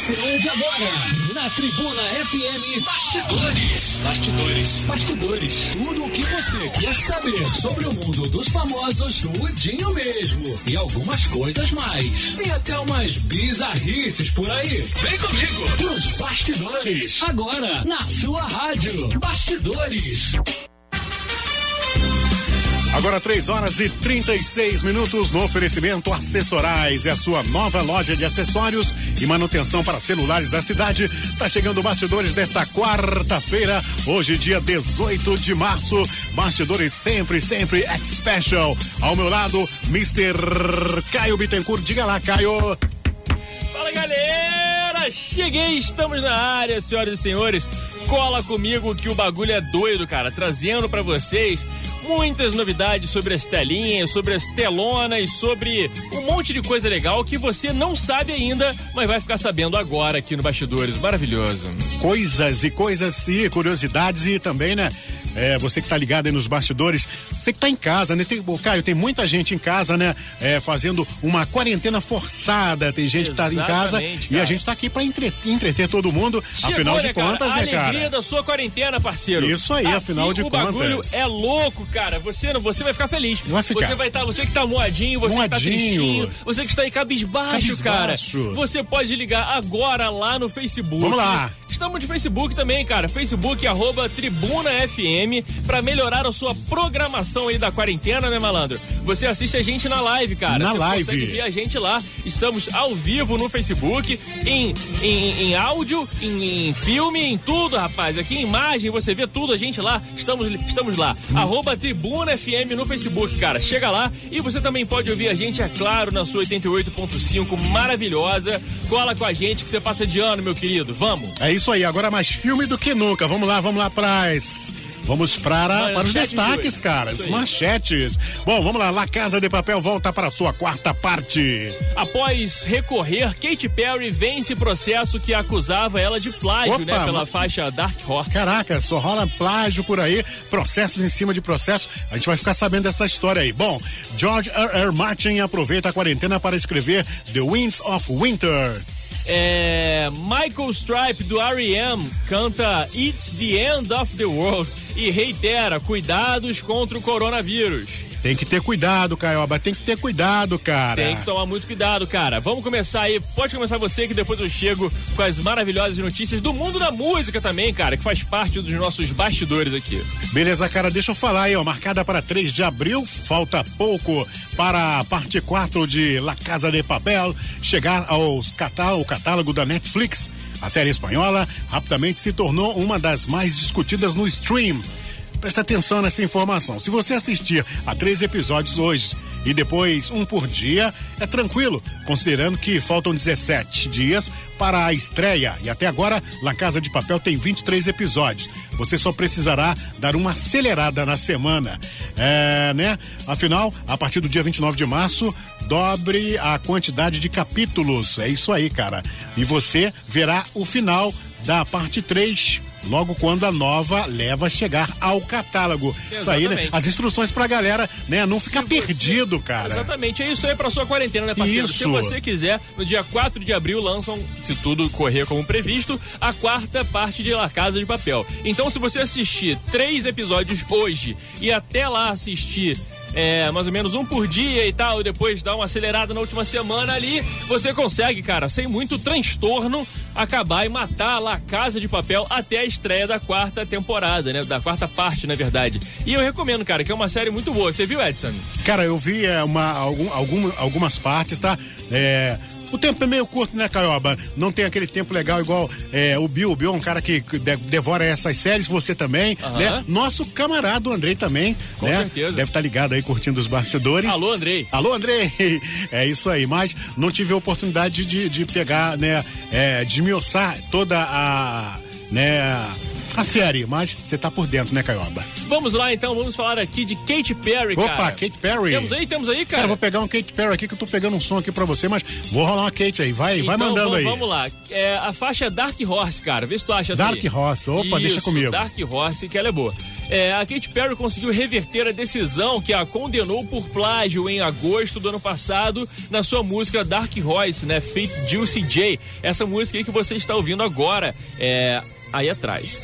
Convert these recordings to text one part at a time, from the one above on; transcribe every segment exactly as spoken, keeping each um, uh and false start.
Você ouve agora na Tribuna F M Bastidores. Bastidores. Bastidores. Tudo o que você quer saber sobre o mundo dos famosos, tudinho mesmo. E algumas coisas mais. Tem até umas bizarrices por aí. Vem comigo nos Bastidores. Agora na sua rádio. Bastidores. Agora três horas e trinta e seis minutos no oferecimento Acessorais, é a sua nova loja de acessórios e manutenção para celulares da cidade. Tá chegando Bastidores desta quarta-feira, hoje dia dezoito de março. Bastidores sempre, sempre special. Ao meu lado, mister Caio Bittencourt. Diga lá, Caio. Fala, galera! Cheguei, estamos na área, senhoras e senhores. Cola comigo que o bagulho é doido, cara. Trazendo pra vocês muitas novidades sobre as telinhas, sobre as telonas, sobre um monte de coisa legal que você não sabe ainda, mas vai ficar sabendo agora aqui no Bastidores. Maravilhoso. Coisas e coisas e curiosidades e também, né? É, você que tá ligado aí nos bastidores, você que tá em casa, né? Tem, Caio, tem muita gente em casa, né? É, fazendo uma quarentena forçada. Tem gente Exatamente, que tá em casa, cara. E a gente tá aqui pra entreter, entreter todo mundo. Chegou, afinal de né, contas, cara? né, cara? A alegria da sua quarentena, parceiro. Isso aí, aqui, afinal de o contas. O bagulho é louco, cara. Você, você vai ficar feliz. Vai ficar. Você vai estar, tá, você que tá moadinho, você moadinho. que tá tristinho, você que está aí cabisbaixo, cabisbaixo, cara. Você pode ligar agora lá no Facebook. Vamos lá. Estamos de Facebook também, cara. Facebook, arroba Tribuna F M, pra melhorar a sua programação aí da quarentena, né, malandro? Você assiste a gente na live, cara. Na Você live. consegue ver a gente lá. Estamos ao vivo no Facebook, em, em, em áudio, em, em filme, em tudo, rapaz. Aqui em imagem, você vê tudo, a gente lá. Estamos, estamos lá. Hum. Arroba Tribuna F M no Facebook, cara. Chega lá e você também pode ouvir a gente, é claro, na sua oitenta e oito ponto cinco, maravilhosa. Cola com a gente que você passa de ano, meu querido. Vamos. É isso aí, agora mais filme do que nunca. Vamos lá, vamos lá pras... Vamos para, para os destaques, cara. As manchetes. Bom, vamos lá. La Casa de Papel volta para a sua quarta parte. Após recorrer, Katy Perry vence processo que acusava ela de plágio, Opa, né? Pela faixa Dark Horse. Caraca, só rola plágio por aí. Processos em cima de processos. A gente vai ficar sabendo dessa história aí. Bom, George R R. Martin aproveita a quarentena para escrever The Winds of Winter. É, Michael Stipe do R E M canta It's the End of the World e reitera cuidados contra o coronavírus. Tem que ter cuidado, Caioba, tem que ter cuidado, cara. Tem que tomar muito cuidado, cara. Vamos começar aí, pode começar você que depois eu chego com as maravilhosas notícias do mundo da música também, cara, que faz parte dos nossos bastidores aqui. Beleza, cara, deixa eu falar aí, ó, marcada para três de abril, falta pouco para a parte quatro de La Casa de Papel chegar aos catá- ao catálogo da Netflix. A série espanhola rapidamente se tornou uma das mais discutidas no stream. Presta atenção nessa informação. Se você assistir a três episódios hoje e depois um por dia, é tranquilo, considerando que faltam dezessete dias para a estreia. E até agora, La Casa de Papel tem vinte e três episódios. Você só precisará dar uma acelerada na semana. É, né? Afinal, a partir do dia vinte e nove de março, dobre a quantidade de capítulos. É isso aí, cara. E você verá o final da parte três. Logo quando a nova leva chegar ao catálogo. Exatamente. Isso aí, né? As instruções pra galera, né? Não ficar você... perdido, cara. Exatamente, é isso aí pra sua quarentena, né, parceiro? Isso. Se você quiser, no dia quatro de abril lançam, se tudo correr como previsto, a quarta parte de La Casa de Papel. Então, se você assistir três episódios hoje e até lá assistir É, mais ou menos um por dia e tal, e depois dar uma acelerada na última semana ali, você consegue, cara, sem muito transtorno, acabar e matar lá a Casa de Papel até a estreia da quarta temporada, né? Da quarta parte, na verdade. E eu recomendo, cara, que é uma série muito boa. Você viu, Edson? Cara, eu vi é, uma, algum, algum, algumas partes, tá? É... O tempo é meio curto, né, Caioba? Não tem aquele tempo legal igual é, o Bill. O Bill é um cara que de, devora essas séries, você também, uhum. né? Nosso camarada, o Andrei também, Com né? certeza. Deve estar tá ligado aí, curtindo os bastidores. Alô, Andrei. Alô, Andrei. É isso aí, mas não tive a oportunidade de, de pegar, né, é, de esmiuçar toda a, né, a série, mas você tá por dentro, né, Caioba? Vamos lá, então, vamos falar aqui de Katy Perry, cara. Opa, Katy Perry. Temos aí, temos aí, cara. Cara, eu vou pegar um Katy Perry aqui, que eu tô pegando um som aqui pra você, mas vou rolar uma Katy aí, vai, vai então, mandando vamos, aí. Vamos lá, é, a faixa Dark Horse, cara, vê se tu acha essa Dark aí. Horse, opa, Isso, deixa comigo. Dark Horse, que ela é boa. É, a Katy Perry conseguiu reverter a decisão que a condenou por plágio em agosto do ano passado na sua música Dark Horse, né, feat. Juicy J, essa música aí que você está ouvindo agora, é, aí atrás.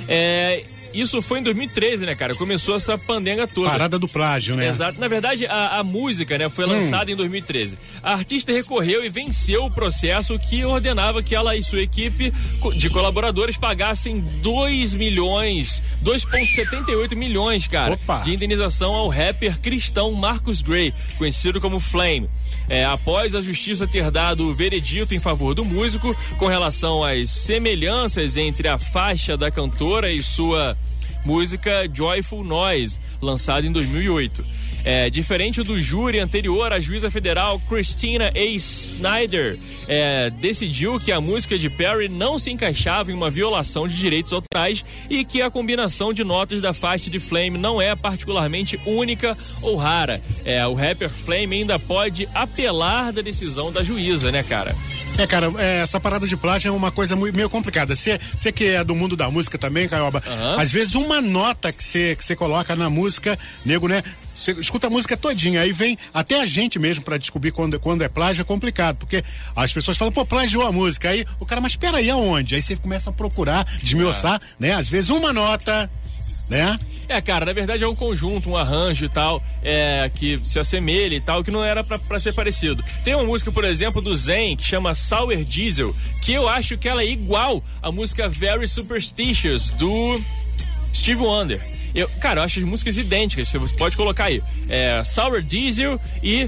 É, isso foi em dois mil e treze, né, cara? Começou essa pandenga toda. Parada do plágio, né? Exato. Na verdade, a, a música, né, foi hum. lançada em dois mil e treze. A artista recorreu e venceu o processo que ordenava que ela e sua equipe de colaboradores pagassem dois milhões, dois vírgula setenta e oito milhões, cara, Opa. de indenização ao rapper cristão Marcus Gray, conhecido como Flame. É, após a justiça ter dado o veredito em favor do músico com relação às semelhanças entre a faixa da cantora e sua música Joyful Noise, lançada em dois mil e oito. É, diferente do júri anterior, a juíza federal Christina A. Snyder é, decidiu que a música de Perry não se encaixava em uma violação de direitos autorais e que a combinação de notas da faixa de Flame não é particularmente única ou rara. É, o rapper Flame ainda pode apelar da decisão da juíza, né, cara? É, cara, é, essa parada de plágio é uma coisa muito, meio complicada. Você que é do mundo da música também, Caioba, uhum. às vezes uma nota que você que você coloca na música, nego, né? Você escuta a música todinha, aí vem até a gente mesmo pra descobrir quando, quando é plágio, é complicado, porque as pessoas falam, pô, plagiou a música, aí o cara, mas espera aí, aonde? Aí você começa a procurar, desmiuçar, é. né? Às vezes uma nota, né? É, cara, na verdade é um conjunto, um arranjo e tal, é, que se assemelha e tal, que não era pra, pra ser parecido. Tem uma música, por exemplo, do Zen, que chama Sour Diesel, que eu acho que ela é igual à música Very Superstitious, do Steve Wonder. Eu, cara, eu acho as músicas idênticas, você pode colocar aí. É, Sour Diesel e,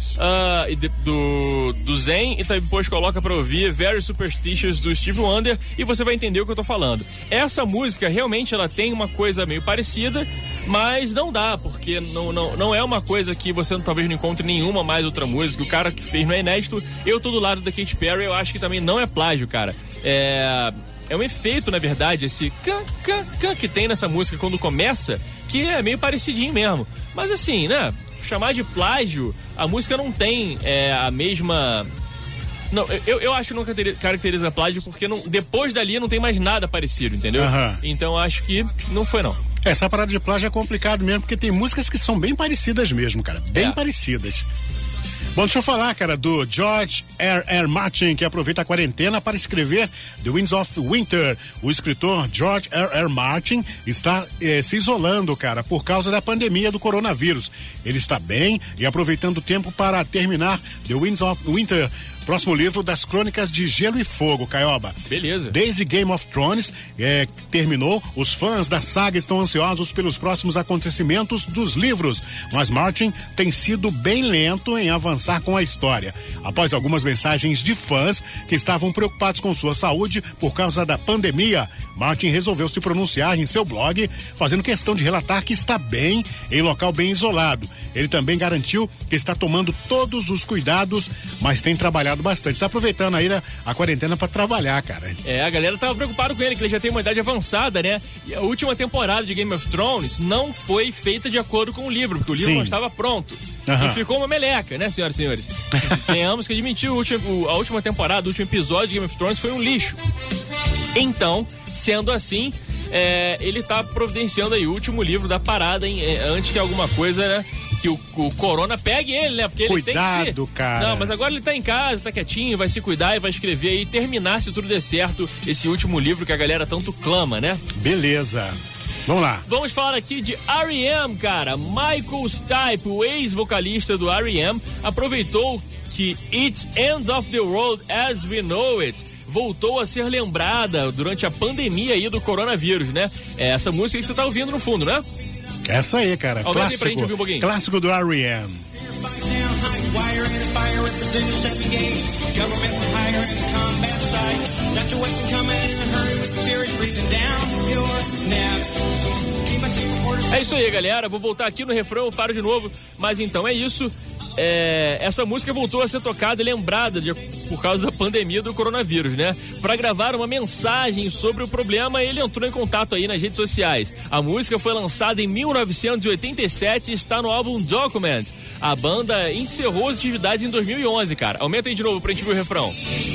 uh, e de, do, do Zen, e depois coloca pra ouvir Very Superstitious do Steve Wonder e você vai entender o que eu tô falando. Essa música realmente ela tem uma coisa meio parecida, mas não dá, porque não, não, não é uma coisa que você talvez não encontre nenhuma mais outra música. O cara que fez não é inédito. Eu tô do lado da Katy Perry, eu acho que também não é plágio, cara. É... É um efeito, na verdade, esse can, can, can que tem nessa música quando começa, que é meio parecidinho mesmo. Mas assim, né? Chamar de plágio, a música não tem é, a mesma... Não, eu, eu acho que não caracteriza plágio porque não, depois dali não tem mais nada parecido, entendeu? Uhum. Então acho que não foi, não. Essa parada de plágio é complicado mesmo, porque tem músicas que são bem parecidas mesmo, cara. Bem é. parecidas. Bom, deixa eu falar, cara, do George R R. Martin, que aproveita a quarentena para escrever The Winds of Winter. O escritor George R R. Martin está eh, se isolando, cara, por causa da pandemia do coronavírus. Ele está bem e aproveitando o tempo para terminar The Winds of Winter, próximo livro das Crônicas de Gelo e Fogo, Caioba. Beleza. Desde Game of Thrones é, terminou, os fãs da saga estão ansiosos pelos próximos acontecimentos dos livros, mas Martin tem sido bem lento em avançar com a história. Após algumas mensagens de fãs que estavam preocupados com sua saúde por causa da pandemia, Martin resolveu se pronunciar em seu blog, fazendo questão de relatar que está bem em local bem isolado. Ele também garantiu que está tomando todos os cuidados, mas tem trabalhado bastante. Está aproveitando aí a, a quarentena para trabalhar, cara. É, a galera tava preocupada com ele, que ele já tem uma idade avançada, né? E a última temporada de Game of Thrones não foi feita de acordo com o livro, porque o livro Sim. não estava pronto. Uhum. E ficou uma meleca, né, senhoras e senhores? Tenhamos que admitir, o último, a última temporada, o último episódio de Game of Thrones foi um lixo. Então, sendo assim, é, ele tá providenciando aí o último livro da parada, hein, é, antes que alguma coisa, né, que o, o corona pegue ele, né? Porque ele Cuidado, tem que se... cara. Não, mas agora ele tá em casa, tá quietinho, vai se cuidar e vai escrever aí e terminar, se tudo der certo, esse último livro que a galera tanto clama, né? Beleza. Vamos lá. Vamos falar aqui de R E M, cara. Michael Stipe, o ex-vocalista do R E M, aproveitou que It's End of the World as We Know It voltou a ser lembrada durante a pandemia aí do coronavírus, né? É essa música que você tá ouvindo no fundo, né? Essa aí, cara. Aumenta Clássico, aí pra gente ouvir um pouquinho. Clássico do R E M. Got your Western coming in a hurry with the spirits breathing down your neck. Keep my teeth É isso aí, galera. Vou voltar aqui no refrão, paro de novo. Mas então é isso. É, essa música voltou a ser tocada e lembrada de, por causa da pandemia do coronavírus, né? Para gravar uma mensagem sobre o problema, ele entrou em contato aí nas redes sociais. A música foi lançada em mil novecentos e oitenta e sete e está no álbum Document. A banda encerrou as atividades em dois mil e onze, cara. Aumenta aí de novo pra gente ver o refrão.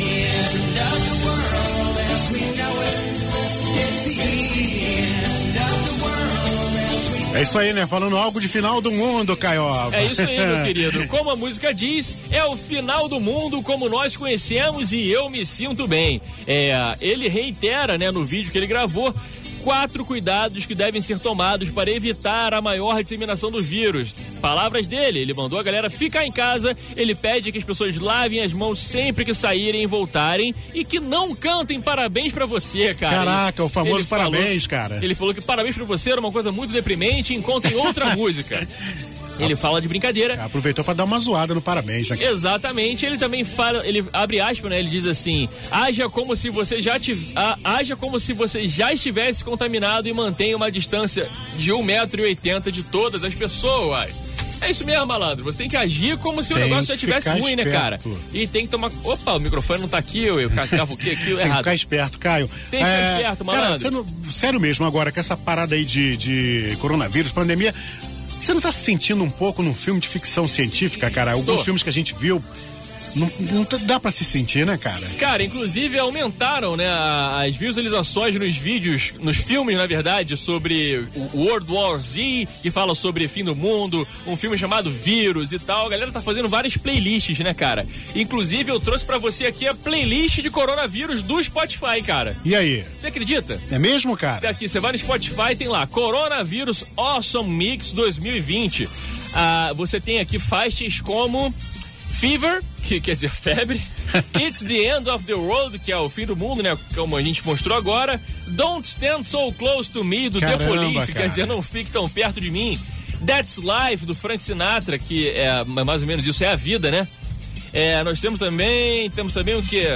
É isso aí, né? Falando algo de final do mundo, Caioba. É isso aí, meu querido. Como a música diz, é o final do mundo como nós conhecemos e eu me sinto bem. É, ele reitera, né, no vídeo que ele gravou, quatro cuidados que devem ser tomados para evitar a maior disseminação do vírus. Palavras dele, ele mandou a galera ficar em casa, ele pede que as pessoas lavem as mãos sempre que saírem e voltarem e que não cantem parabéns pra você, cara. Caraca, ele, o famoso parabéns, falou, cara. Ele falou que parabéns pra você era uma coisa muito deprimente, encontrem outra música. Ele fala de brincadeira. Aproveitou pra dar uma zoada no parabéns, né? Exatamente, ele também fala, ele abre aspas, né? Ele diz assim: haja como se você já tiv... haja como se você já estivesse contaminado e mantenha uma distância de um metro e oitenta de todas as pessoas. É isso mesmo, malandro. Você tem que agir como se tem o negócio já estivesse ruim, esperto. Né, cara? E tem que tomar. Opa, o microfone não tá aqui, eu, eu cavoquei aqui, errado. Tem que ficar esperto, Caio. Tem que ficar é... esperto, malandro. Cara, você não... sério mesmo, agora, com essa parada aí de, de coronavírus, pandemia. Você não tá se sentindo um pouco num filme de ficção científica, cara? Alguns Tô. filmes que a gente viu, não, não dá pra se sentir, né, cara? Cara, inclusive aumentaram, né, as visualizações nos vídeos, nos filmes, na verdade, sobre o World War Z, que fala sobre fim do mundo, um filme chamado Vírus e tal. A galera tá fazendo várias playlists, né, cara? Inclusive, eu trouxe pra você aqui a playlist de coronavírus do Spotify, cara. E aí? Você acredita? É mesmo, cara? Tá aqui, você vai no Spotify, tem lá, Coronavírus Awesome Mix dois mil e vinte. Ah, você tem aqui faixas como Fever, que quer dizer febre, It's the End of the World, que é o fim do mundo, né? Como a gente mostrou agora, Don't Stand So Close to Me, do Caramba, The Police, cara. Quer dizer, não fique tão perto de mim. That's Life, do Frank Sinatra, que é mais ou menos isso, é a vida, né? É, nós temos também, temos também o quê?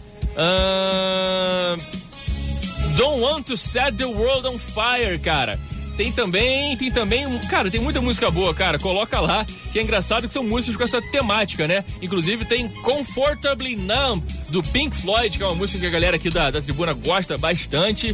Uh, Don't Want to Set the World on Fire, cara. Tem também, tem também, cara, tem muita música boa, cara, coloca lá, que é engraçado que são músicas com essa temática, né? Inclusive tem Comfortably Numb, do Pink Floyd, que é uma música que a galera aqui da, da tribuna gosta bastante.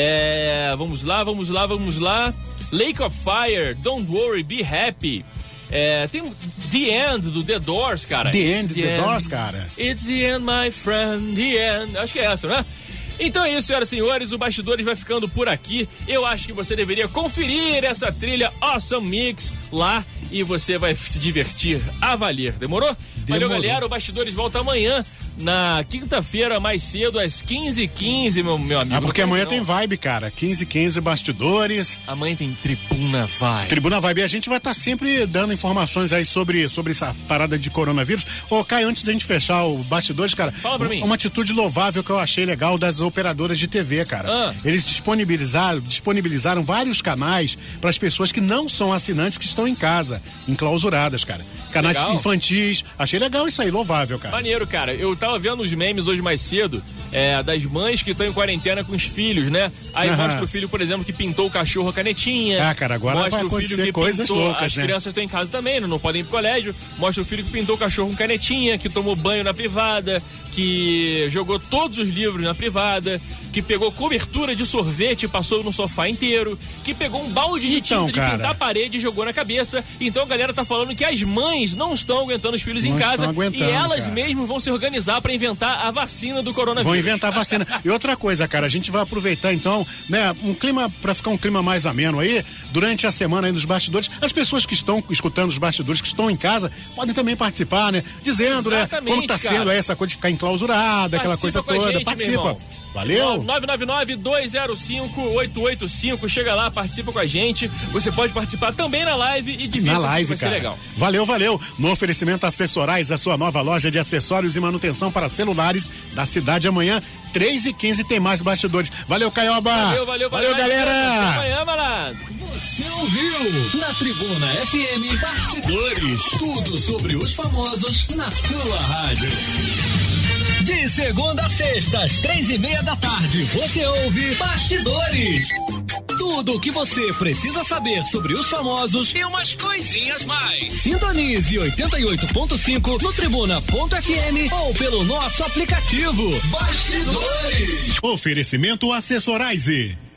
É, vamos lá, vamos lá, vamos lá. Lake of Fire, Don't Worry, Be Happy. É, tem The End, do The Doors, cara. The End, The, the end. Doors, cara. It's the end, my friend, the end. Acho que é essa, né? Então é isso, senhoras e senhores, o Bastidores vai ficando por aqui. Eu acho que você deveria conferir essa trilha Awesome Mix lá e você vai se divertir a valer. Demorou? Demorou. Valeu, galera. O Bastidores volta amanhã, na quinta-feira, mais cedo, às quinze e quinze, meu, meu amigo. Ah, porque amanhã tem vibe, cara. quinze e quinze, Bastidores. Amanhã tem Tribuna Vibe. Tribuna Vibe. E a gente vai estar tá sempre dando informações aí sobre, sobre essa parada de coronavírus. Ô, Caio, antes da gente fechar o Bastidores, cara. Fala pra mim. Uma atitude louvável que eu achei legal das operadoras de T V, cara. Ah. Eles disponibilizaram, disponibilizaram vários canais para as pessoas que não são assinantes, que estão em casa, enclausuradas, cara. Canais legal. Infantis. Achei legal isso aí, louvável, cara. Maneiro, cara. Eu tava vendo os memes hoje mais cedo, é, das mães que estão em quarentena com os filhos, né? Aí uhum. mostra o filho, por exemplo, que pintou o cachorro a canetinha. Ah, cara, agora mostra vai o filho que coisas pintou, loucas, as né? crianças estão em casa também, não, não podem ir pro colégio. Mostra o filho que pintou o cachorro com canetinha, que tomou banho na privada, que jogou todos os livros na privada, que pegou cobertura de sorvete e passou no sofá inteiro, que pegou um balde de então, tinta cara, de pintar a parede e jogou na cabeça. Então a galera tá falando que as mães não estão aguentando os filhos não em casa e elas cara. mesmas vão se organizar para inventar a vacina do coronavírus. Vão inventar a vacina. E outra coisa, cara, a gente vai aproveitar então, né, um clima, para ficar um clima mais ameno aí, durante a semana aí nos bastidores, as pessoas que estão escutando os bastidores, que estão em casa, podem também participar, né? Dizendo, exatamente, né, como tá sendo aí essa coisa de ficar enclausurada, aquela coisa toda. Gente, participa. Valeu! nove nove nove, dois zero cinco, oito oito cinco, chega lá, participa com a gente. Você pode participar também na live e divirta-se, na live, vai cara. ser legal. Valeu, valeu! No oferecimento Acessorais, a sua nova loja de acessórios e manutenção para celulares da cidade. Amanhã, três e quinze, tem mais bastidores. Valeu, Caioba! Valeu, valeu, valeu, valeu galera! Até amanhã, malandro! Você ouviu na Tribuna F M Bastidores, tudo sobre os famosos na sua rádio. De segunda a sexta, às três e meia da tarde, você ouve Bastidores. Tudo o que você precisa saber sobre os famosos e umas coisinhas mais. Sintonize oitenta e oito ponto cinco no tribuna ponto f m ou pelo nosso aplicativo. Bastidores. Oferecimento Assessorize.